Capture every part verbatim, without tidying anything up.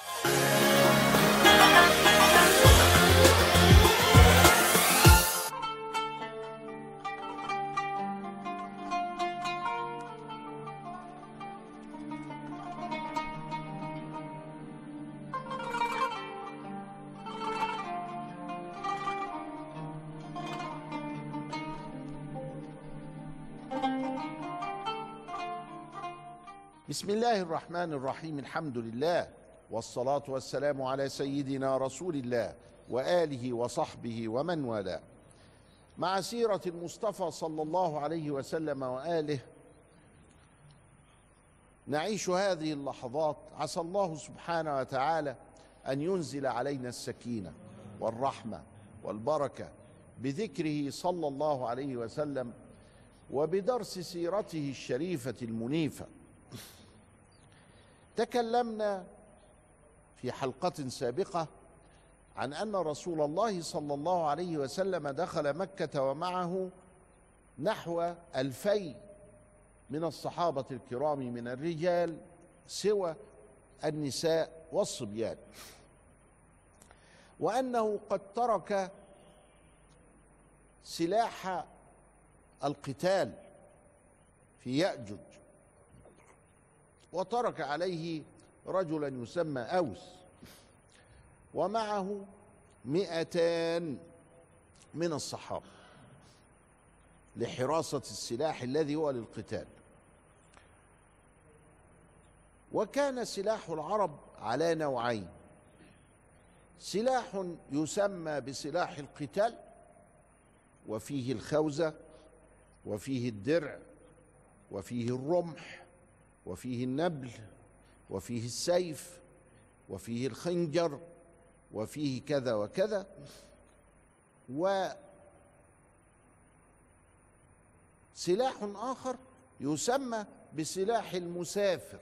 بسم الله الرحمن الرحيم. الحمد لله والصلاة والسلام على سيدنا رسول الله وآله وصحبه ومن والاه. مع سيرة المصطفى صلى الله عليه وسلم وآله نعيش هذه اللحظات. عسى الله سبحانه وتعالى أن ينزل علينا السكينة والرحمة والبركة بذكره صلى الله عليه وسلم وبدرس سيرته الشريفة المنيفة. تكلمنا في حلقة سابقة عن أن رسول الله صلى الله عليه وسلم دخل مكة ومعه نحو ألفي من الصحابة الكرام من الرجال سوى النساء والصبيان، وأنه قد ترك سلاح القتال في يأجج، وترك عليه رجلا يسمى أوس ومعه مئتان من الصحابة لحراسة السلاح الذي هو للقتال. وكان سلاح العرب على نوعين: سلاح يسمى بسلاح القتال وفيه الخوذة وفيه الدرع وفيه الرمح وفيه النبل وفيه السيف وفيه الخنجر وفيه كذا وكذا، وسلاح آخر يسمى بسلاح المسافر.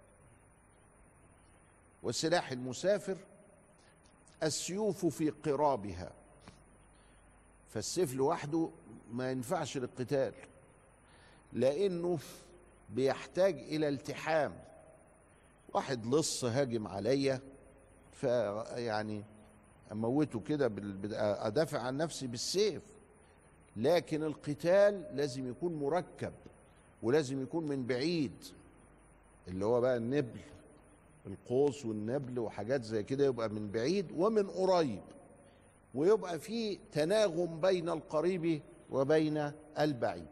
وسلاح المسافر السيوف في قرابها، فالسيف لوحده ما ينفعش للقتال لأنه بيحتاج إلى التحام. واحد لص هاجم عليا فيعني أموته كده، أدافع عن نفسي بالسيف، لكن القتال لازم يكون مركب ولازم يكون من بعيد، اللي هو بقى النبل، القوس والنبل وحاجات زي كده، يبقى من بعيد ومن قريب، ويبقى في تناغم بين القريب وبين البعيد.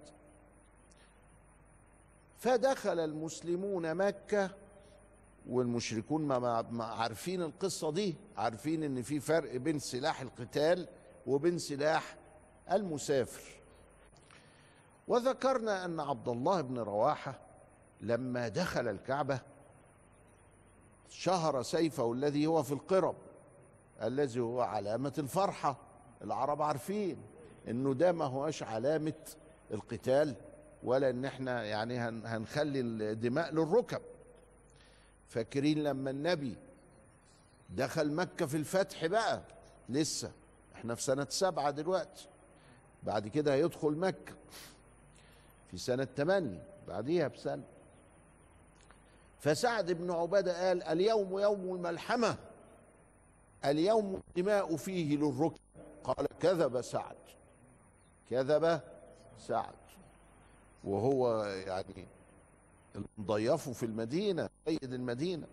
فدخل المسلمون مكة، والمشركون ما عارفين القصة دي، عارفين ان في فرق بين سلاح القتال وبين سلاح المسافر. وذكرنا ان عبد الله بن رواحة لما دخل الكعبة شهر سيفه الذي هو في القرب، الذي هو علامة الفرحة. العرب عارفين انه ده ما هوش علامة القتال، ولا ان احنا يعني هنخلي الدماء للركب. فاكرين لما النبي دخل مكة في الفتح بقى، لسه احنا في سنة سبعة دلوقتي، بعد كده هيدخل مكة في سنة ثمانية بعديها بسنة. فسعد بن عبادة قال: اليوم يوم الملحمة، اليوم الدماء فيه للركب. قال: كذب سعد، كذب سعد، وهو يعني مضيفه في المدينة، سيد المدينة.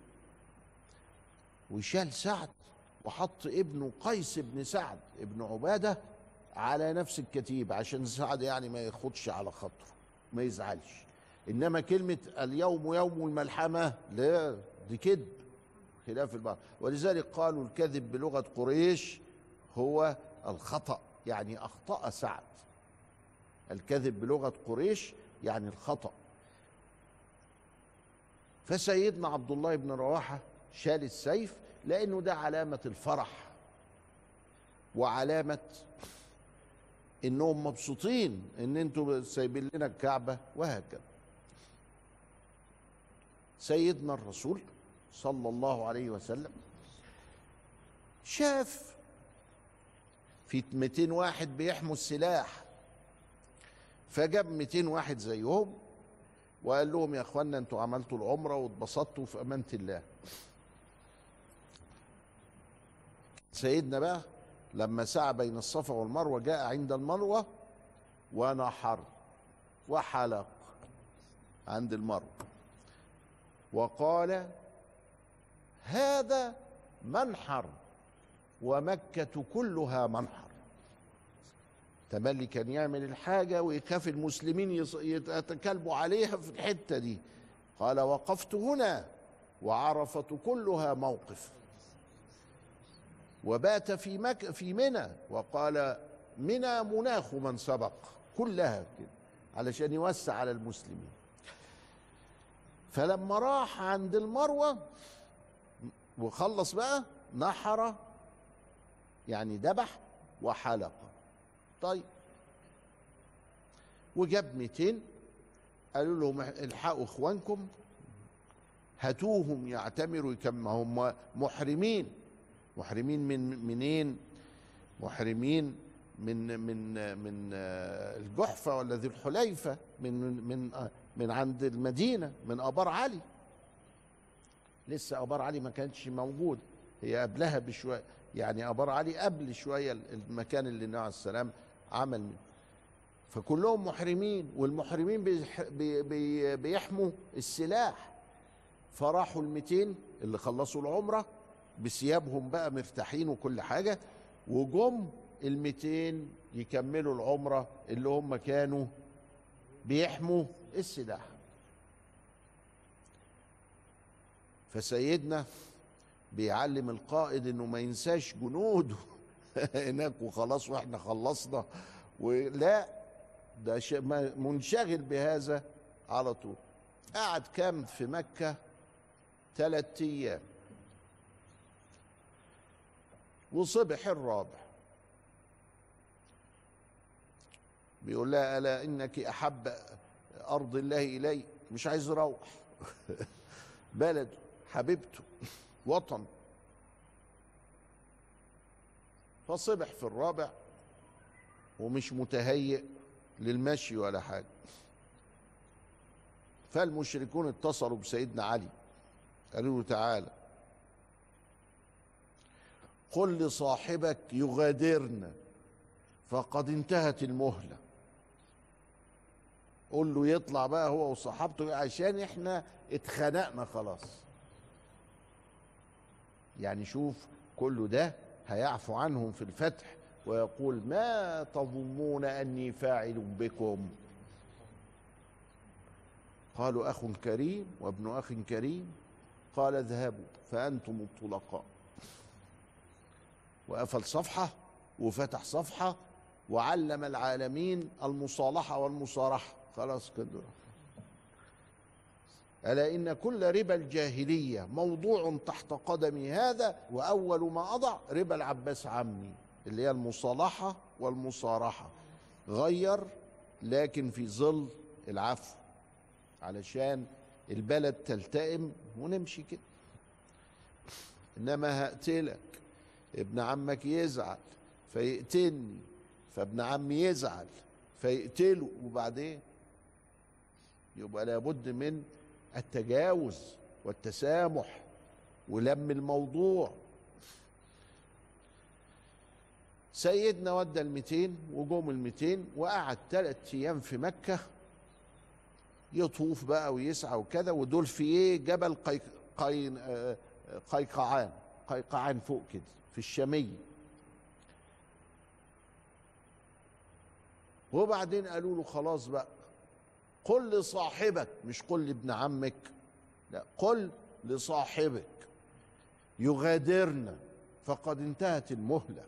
وشال سعد وحط ابنه قيس بن سعد ابن عبادة على نفس الكتيب، عشان سعد يعني ما ياخدش على خاطره، ما يزعلش. إنما كلمة اليوم يوم الملحمة لا، دي كذب، خلاف البعض. ولذلك قالوا الكذب بلغة قريش هو الخطأ، يعني أخطأ سعد. الكذب بلغة قريش يعني الخطأ. فسيدنا عبد الله بن رواحة شال السيف لأنه ده علامة الفرح وعلامة إنهم مبسوطين إن أنتوا سايبين لنا الكعبة وهكذا. سيدنا الرسول صلى الله عليه وسلم شاف في مئتين واحد بيحموا السلاح، فجاب مئتين واحد زيهم وقال لهم: يا اخوانا انتوا عملتوا العمره واتبسطتوا في امانه الله، سيدنا بقى لما سعى بين الصفا والمروة جاء عند المروة ونحر وحلق عند المروة وقال هذا منحر ومكة كلها منحر. تملي كان يعمل الحاجة ويخاف المسلمين يتكلموا عليها في الحتة دي. قال وقفت هنا وعرفة كلها موقف، وبات في مك في منى، وقال منى مناخ من سبق، كلها كده علشان يوسع على المسلمين. فلما راح عند المروة وخلص بقى نحر يعني ذبح وحلق. طيب وجاب مئتين، قالوا لهم الحقوا اخوانكم هاتوهم يعتمروا كما هم محرمين. محرمين من منين؟ محرمين من من من الجحفة ولا ذي الحليفة، من من من عند المدينة، من آبار علي. لسه آبار علي ما كانتش موجود، هي قبلها بشوية، يعني آبار علي قبل شوية المكان اللي النبي عليه السلام عمل منه. فكلهم محرمين، والمحرمين بيح بي بي بيحموا السلاح. فراحوا المئتين اللي خلصوا العمرة بثيابهم بقى مرتاحين وكل حاجة، وجم المئتين يكملوا العمرة اللي هم كانوا بيحموا السلاح. فسيدنا بيعلم القائد انه ما ينساش جنوده هناك وخلاص واحنا خلصنا، ولا ده منشغل بهذا على طول. قعد كام في مكة؟ ثلاث ايام، وصبح الرابع بيقول لها ألا إنك أحب أرض الله إلي، مش عايز يروح بلده حبيبته وطن. فصبح في الرابع ومش متهيئ للمشي ولا حاجة. فالمشركون اتصلوا بسيدنا علي قالوا له تعالى قل لصاحبك يغادرنا فقد انتهت المهلة. قل له يطلع بقى هو وصاحبته عشان احنا اتخنقنا خلاص. يعني شوف كل ده هيعفو عنهم في الفتح ويقول ما تظنون أني فاعل بكم. قالوا أخ كريم وابن أخ كريم. قال اذهبوا فأنتم الطلقاء. وقفل صفحة وفتح صفحة وعلم العالمين المصالحة والمصارحة. خلاص كده. ألا إن كل ربا الجاهلية موضوع تحت قدمي هذا، وأول ما أضع ربا العباس عمي اللي هي المصالحة والمصارحة. غير لكن في ظل العفو علشان البلد تلتئم ونمشي كده. إنما هقتلك ابن عمك يزعل فيقتلني، فابن عمي يزعل فيقتله، وبعدين يبقى لابد من التجاوز والتسامح ولم الموضوع. سيدنا ودى المئتين وجوم المئتين وقعد ثلاث ايام في مكة يطوف بقى ويسعى وكذا. ودول في ايه؟ جبل قي... قي... قيقعان قيقعان فوق كده في الشامية. وبعدين قالوا له خلاص بقى قل لصاحبك، مش قل لابن عمك، لا قل لصاحبك يغادرنا فقد انتهت المهلة.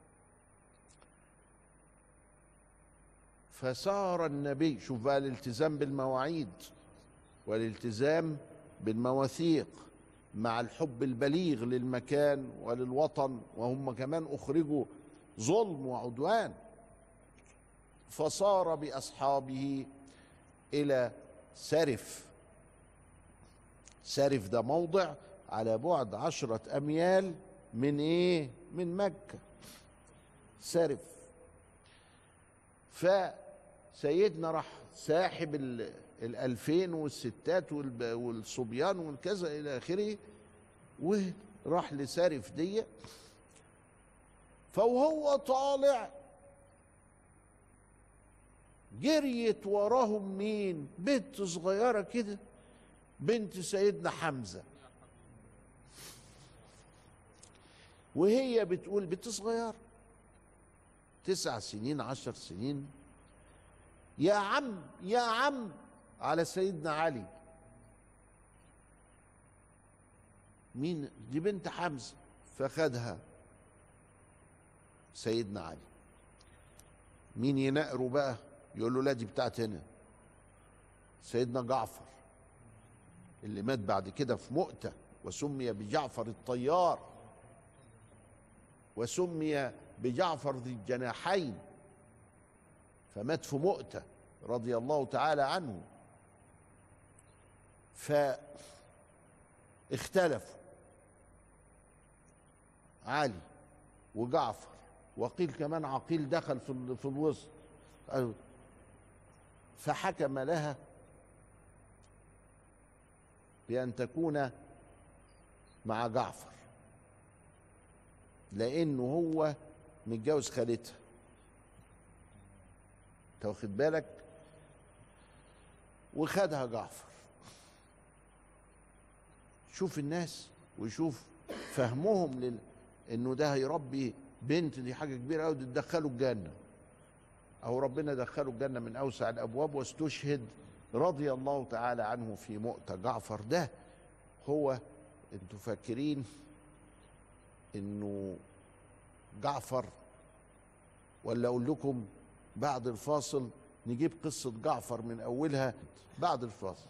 فسار النبي، شوف بقى الالتزام بالمواعيد والالتزام بالمواثيق مع الحب البليغ للمكان وللوطن، وهم كمان أخرجوا ظلم وعدوان. فصار بأصحابه إلى سرف. سرف ده موضع على بعد عشرة أميال من إيه؟ من مكة. سرف. فسيدنا راح ساحب الألفين والستات والصبيان والكذا إلى آخره، وراح لسرف دي. فوهو طالع جريت وراهم مين؟ بنت صغيرة كده، بنت سيدنا حمزة، وهي بتقول، بنت صغيرة تسع سنين عشر سنين، يا عم يا عم على سيدنا علي. مين دي؟ بنت حمزة. فخدها سيدنا علي. مين ينقره بقى؟ يقول له لا دي بتاعت هنا. سيدنا جعفر اللي مات بعد كده في مؤتة وسمي بجعفر الطيار وسمي بجعفر ذي الجناحين، فمات في مؤتة رضي الله تعالى عنه. فاختلفوا علي وجعفر، وقيل كمان عقيل دخل في في الوسط، فحكم لها بأن تكون مع جعفر لأنه هو متجوز خالتها. انت واخد بالك؟ وخدها جعفر. شوف الناس وشوف فهمهم لل... انه ده هيربي بنت، دي حاجه كبيره قوي، تدخله الجنه، او ربنا دخله الجنه من اوسع الابواب، واستشهد رضي الله تعالى عنه في مؤتة. جعفر ده هو، انتوا فاكرين انه جعفر، ولا اقول لكم بعد الفاصل نجيب قصة جعفر من اولها؟ بعد الفاصل.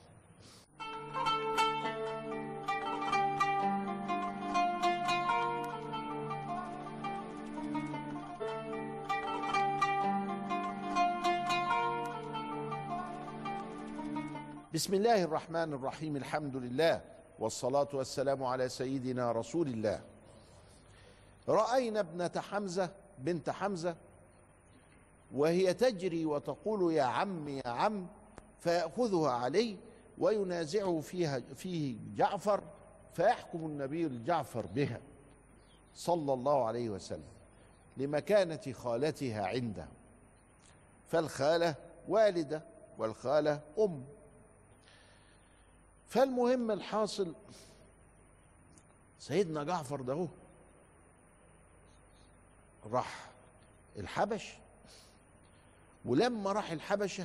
بسم الله الرحمن الرحيم، الحمد لله والصلاة والسلام على سيدنا رسول الله. رأينا ابنة حمزة بنت حمزة وهي تجري وتقول يا عم يا عم، فيأخذها علي وينازعه فيها فيه جعفر، فيحكم النبي الجعفر بها صلى الله عليه وسلم لمكانة خالتها عنده، فالخالة والدة والخالة أم. فالمهم الحاصل، سيدنا جعفر ده هو راح الحبش، ولما راح الحبشة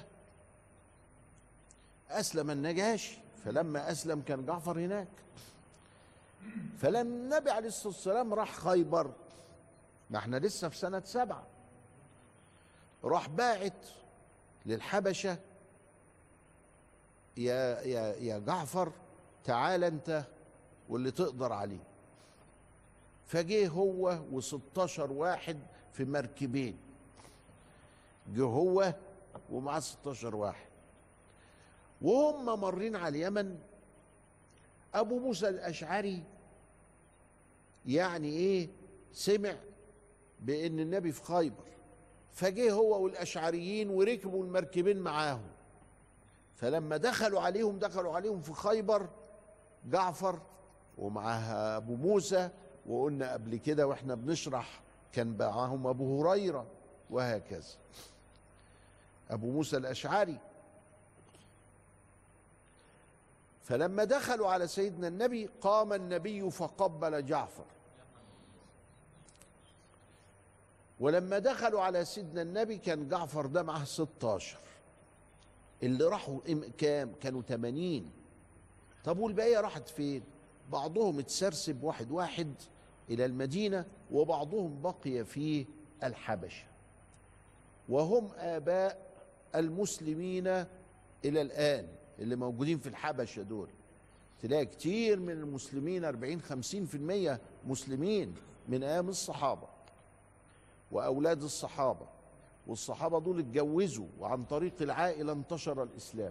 أسلم النجاشي، فلما أسلم كان جعفر هناك. فلما النبي عليه الصلاة والسلام راح خيبر، ما احنا لسه في سنة سبعة، راح باعت للحبشة يا يا يا جعفر تعال انت واللي تقدر عليه. فجه هو وستاشر واحد في مركبين، جه هو ومعاه ستاشر واحد، وهم مارين على اليمن. ابو موسى الاشعري يعني ايه سمع بان النبي في خيبر، فجه هو والاشعريين وركبوا المركبين معاهم. فلما دخلوا عليهم دخلوا عليهم في خيبر جعفر ومعها ابو موسى، وقلنا قبل كده واحنا بنشرح كان معاهم ابو هريره وهكذا، ابو موسى الاشعري. فلما دخلوا على سيدنا النبي قام النبي فقبل جعفر، ولما دخلوا على سيدنا النبي كان جعفر ده معاه ستاشر، اللي راحوا كام؟ كانوا تمانين. طب والبقية راحت فين؟ بعضهم اتسرسب واحد واحد إلى المدينة، وبعضهم بقي في الحبشة، وهم آباء المسلمين إلى الآن اللي موجودين في الحبشة دول. تلاقي كتير من المسلمين أربعين خمسين في المية مسلمين من أيام الصحابة وأولاد الصحابة، والصحابة دول اتجوزوا، وعن طريق العائلة انتشر الإسلام.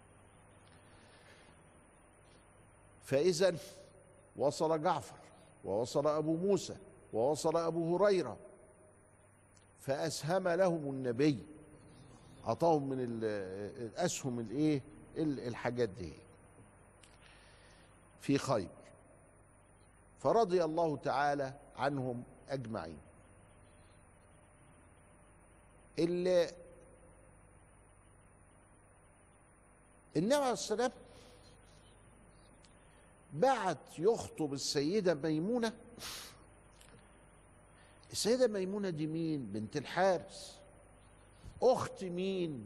فإذا وصل جعفر ووصل أبو موسى ووصل أبو هريرة، فأسهم لهم النبي، أعطاهم من الأسهم الإيه الحاجات دي في خيبر، فرضي الله تعالى عنهم أجمعين. اللي النبي عليه السلام بعت يخطب السيدة ميمونة. السيدة ميمونة دي مين؟ بنت الحارث، أخت مين؟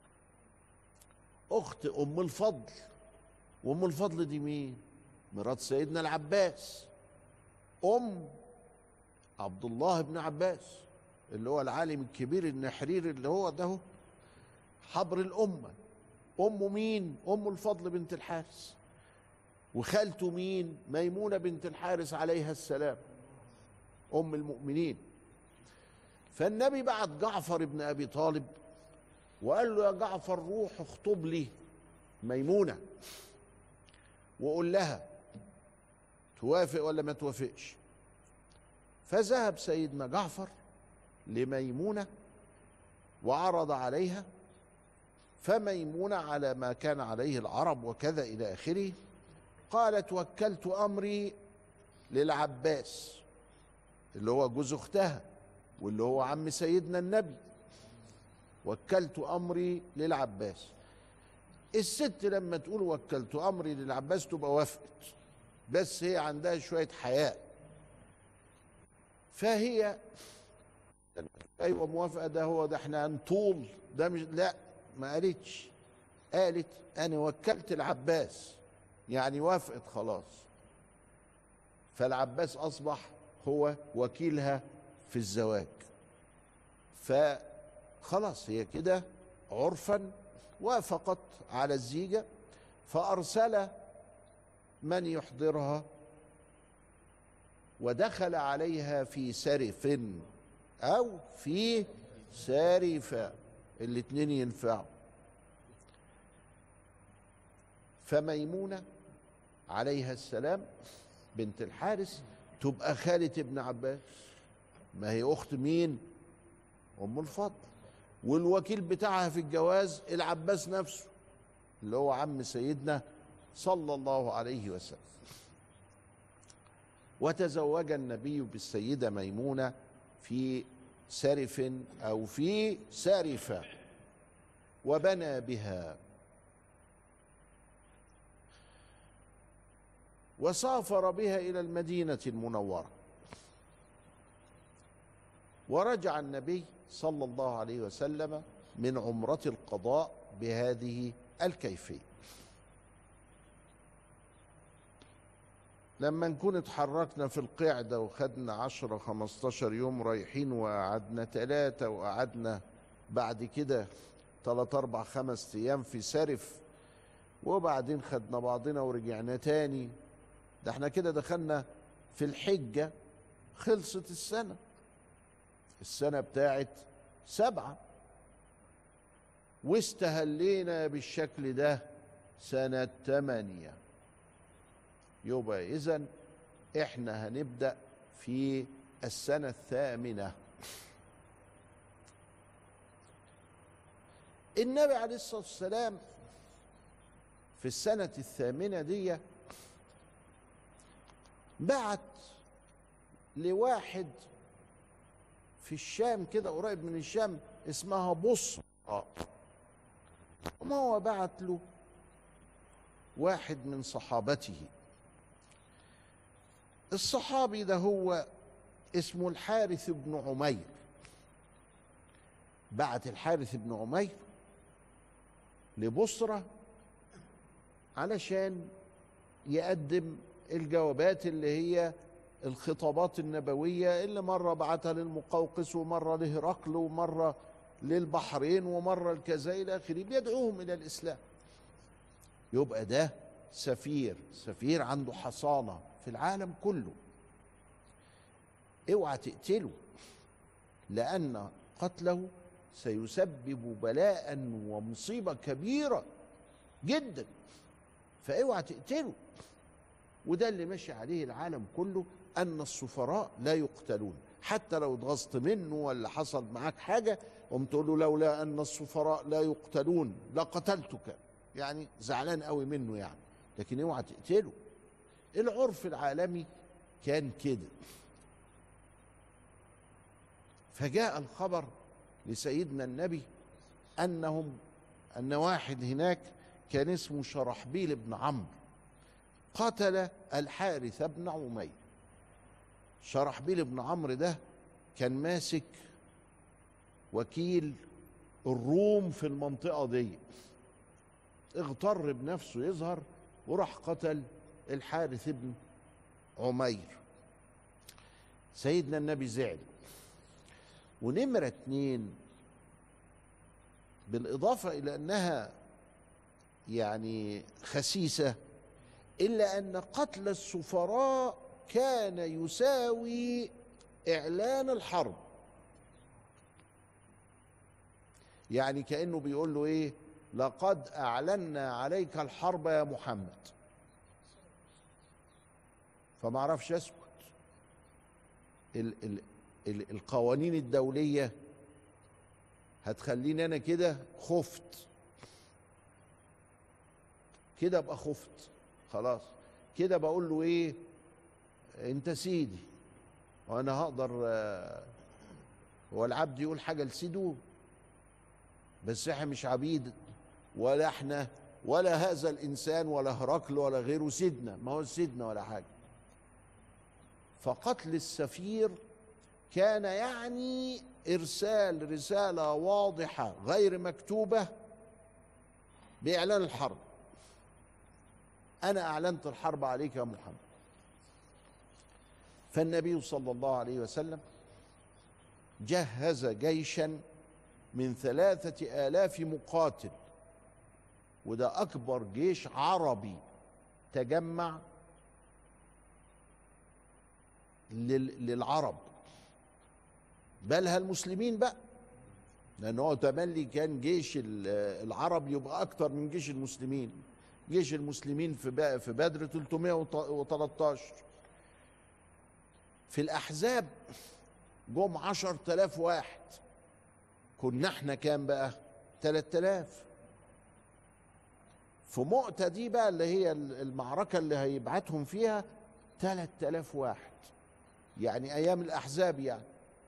أخت أم الفضل. وأم الفضل دي مين؟ مرات سيدنا العباس، أم عبد الله بن عباس اللي هو العالم الكبير النحرير اللي هو ده حبر الأمة. أمه مين؟ أم الفضل بنت الحارث. وخالته مين؟ ميمونة بنت الحارث عليها السلام، أم المؤمنين. فالنبي بعت جعفر بن أبي طالب وقال له: يا جعفر روح اخطب لي ميمونة وقول لها توافق ولا ما توافقش. فذهب سيدنا جعفر لميمونة وعرض عليها، فميمونة على ما كان عليه العرب وكذا إلى آخره قالت: وكلت أمري للعباس اللي هو جوز أختها واللي هو عم سيدنا النبي، وكلت أمري للعباس. الست لما تقول وكلت أمري للعباس تبقى وافقت، بس هي عندها شوية حياء، فهي أيوة موافقة، ده هو ده احنا هنطول ده مش لا، ما قالتش، قالت أنا وكلت العباس، يعني وافقت خلاص. فالعباس أصبح هو وكيلها في الزواج، فخلاص هي كده عرفا وافقت على الزيجة. فأرسل من يحضرها ودخل عليها في سرف أو في سارفة، الاتنين ينفعوا. فميمونة عليها السلام بنت الحارث تبقى خالة ابن عباس، ما هي أخت مين؟ أم الفضل. والوكيل بتاعها في الجواز العباس نفسه اللي هو عم سيدنا صلى الله عليه وسلم. وتزوج النبي بالسيدة ميمونة في سرف أو في سارفة وبنى بها، وسافر بها إلى المدينة المنورة. ورجع النبي صلى الله عليه وسلم من عمرة القضاء بهذه الكيفية. لما نكون اتحركنا في القعدة وخدنا عشرة خمستاشر يوم رايحين وقعدنا ثلاثة وقعدنا بعد كده ثلاث أربع خمس أيام في سرف، وبعدين خدنا بعضنا ورجعنا تاني، ده احنا كده دخلنا في الحجة، خلصت السنة، السنة بتاعت سبعة، واستهلينا بالشكل ده سنة تمانية. يبقى إذن إحنا هنبدأ في السنة الثامنة. النبي عليه الصلاة والسلام في السنة الثامنة دي بعت لواحد في الشام كده قريب من الشام اسمها بصرة، وما هو بعت له واحد من صحابته. الصحابي ده هو اسمه الحارث بن عمير. بعت الحارث بن عمير لبصرة علشان يقدم الجوابات اللي هي الخطابات النبوية اللي مرة بعتها للمقوقس ومرة لهرقل ومرة للبحرين ومرة لكذا إلى آخره، بيدعوهم إلى الإسلام. يبقى ده سفير، سفير عنده حصانة في العالم كله. اوعى تقتله، لأن قتله سيسبب بلاء ومصيبة كبيرة جدا، فاوعى تقتله. وده اللي ماشي عليه العالم كله، أن السفراء لا يقتلون، حتى لو اتغصت منه ولا حصل معاك حاجة قمت تقول له لولا أن السفراء لا يقتلون لقتلتك، يعني زعلان قوي منه يعني، لكن اوعى تقتله. العرف العالمي كان كده. فجاء الخبر لسيدنا النبي أنهم أن واحد هناك كان اسمه شرحبيل بن عمرو قتل الحارث بن عمير. شرحبيل بن عمرو ده كان ماسك وكيل الروم في المنطقة دي، اغتر بنفسه يظهر وراح قتل الحارث بن عمير. سيدنا النبي زعل. ونمرة اتنين، بالإضافة إلى أنها يعني خسيسة، إلا أن قتل السفراء كان يساوي إعلان الحرب. يعني كأنه بيقول له إيه؟ لقد أعلنا عليك الحرب يا محمد. فما عرفش يسكت. ال ال ال القوانين الدولية هتخليني أنا كده خفت، كده أبقى خفت خلاص، كده بقول له إيه؟ أنت سيدي وأنا هقدر. هو العبد يقول حاجة لسيده؟ بس احنا مش عبيد، ولا احنا ولا هذا الإنسان ولا هرقل ولا غيره سيدنا، ما هو سيدنا ولا حاجة. فقتل السفير كان يعني إرسال رسالة واضحة غير مكتوبة بإعلان الحرب. أنا أعلنت الحرب عليك يا محمد. فالنبي صلى الله عليه وسلم جهز جيشا من ثلاثة آلاف مقاتل، وده أكبر جيش عربي تجمع للعرب، بل المسلمين بقى، لأنه هو تملي كان جيش العرب يبقى أكتر من جيش المسلمين. جيش المسلمين في في بدر ثلاثمائة وثلاثة عشر، في الأحزاب جم عشرة آلاف واحد، كنا احنا كام بقى؟ ثلاثة آلاف. في مؤتة دي بقى اللي هي المعركة اللي هيبعتهم فيها ثلاثة آلاف واحد، يعني أيام الأحزاب يعني.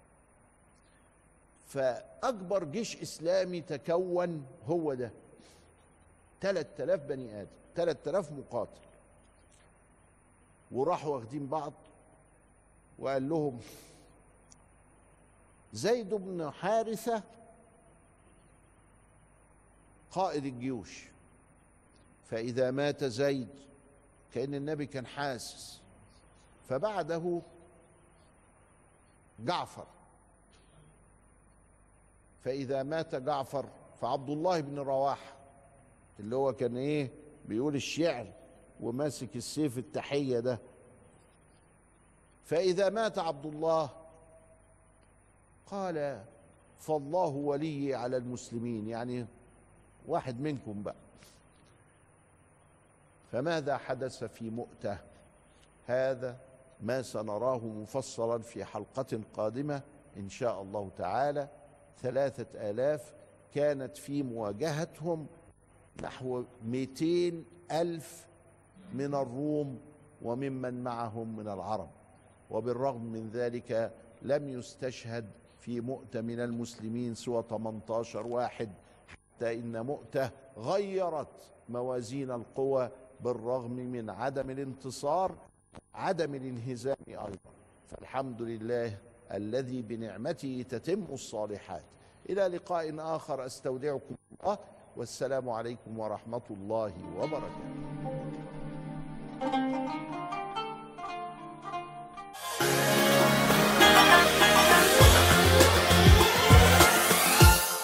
فأكبر جيش إسلامي تكون هو ده، ثلاثة آلاف بني آدم، ثلاثة آلاف مقاتل. وراحوا واخدين بعض وقال لهم زيد بن حارثة قائد الجيوش، فإذا مات زيد، كأن النبي كان حاسس، فبعده جعفر، فإذا مات جعفر فعبد الله بن رواحة اللي هو كان ايه بيقول الشعر وماسك السيف التحية ده، فإذا مات عبد الله قال فالله ولي على المسلمين، يعني واحد منكم بقى. فماذا حدث في مؤتة؟ هذا ما سنراه مفصلا في حلقة قادمة إن شاء الله تعالى. ثلاثة آلاف كانت في مواجهتهم نحو مئتين ألف من الروم وممن معهم من العرب، وبالرغم من ذلك لم يستشهد في مؤتة من المسلمين سوى ثمانية عشر واحد، حتى إن مؤتة غيرت موازين القوى بالرغم من عدم الانتصار، عدم الانهزام أيضا. فالحمد لله الذي بنعمته تتم الصالحات. إلى لقاء آخر، أستودعكم الله، والسلام عليكم ورحمة الله وبركاته.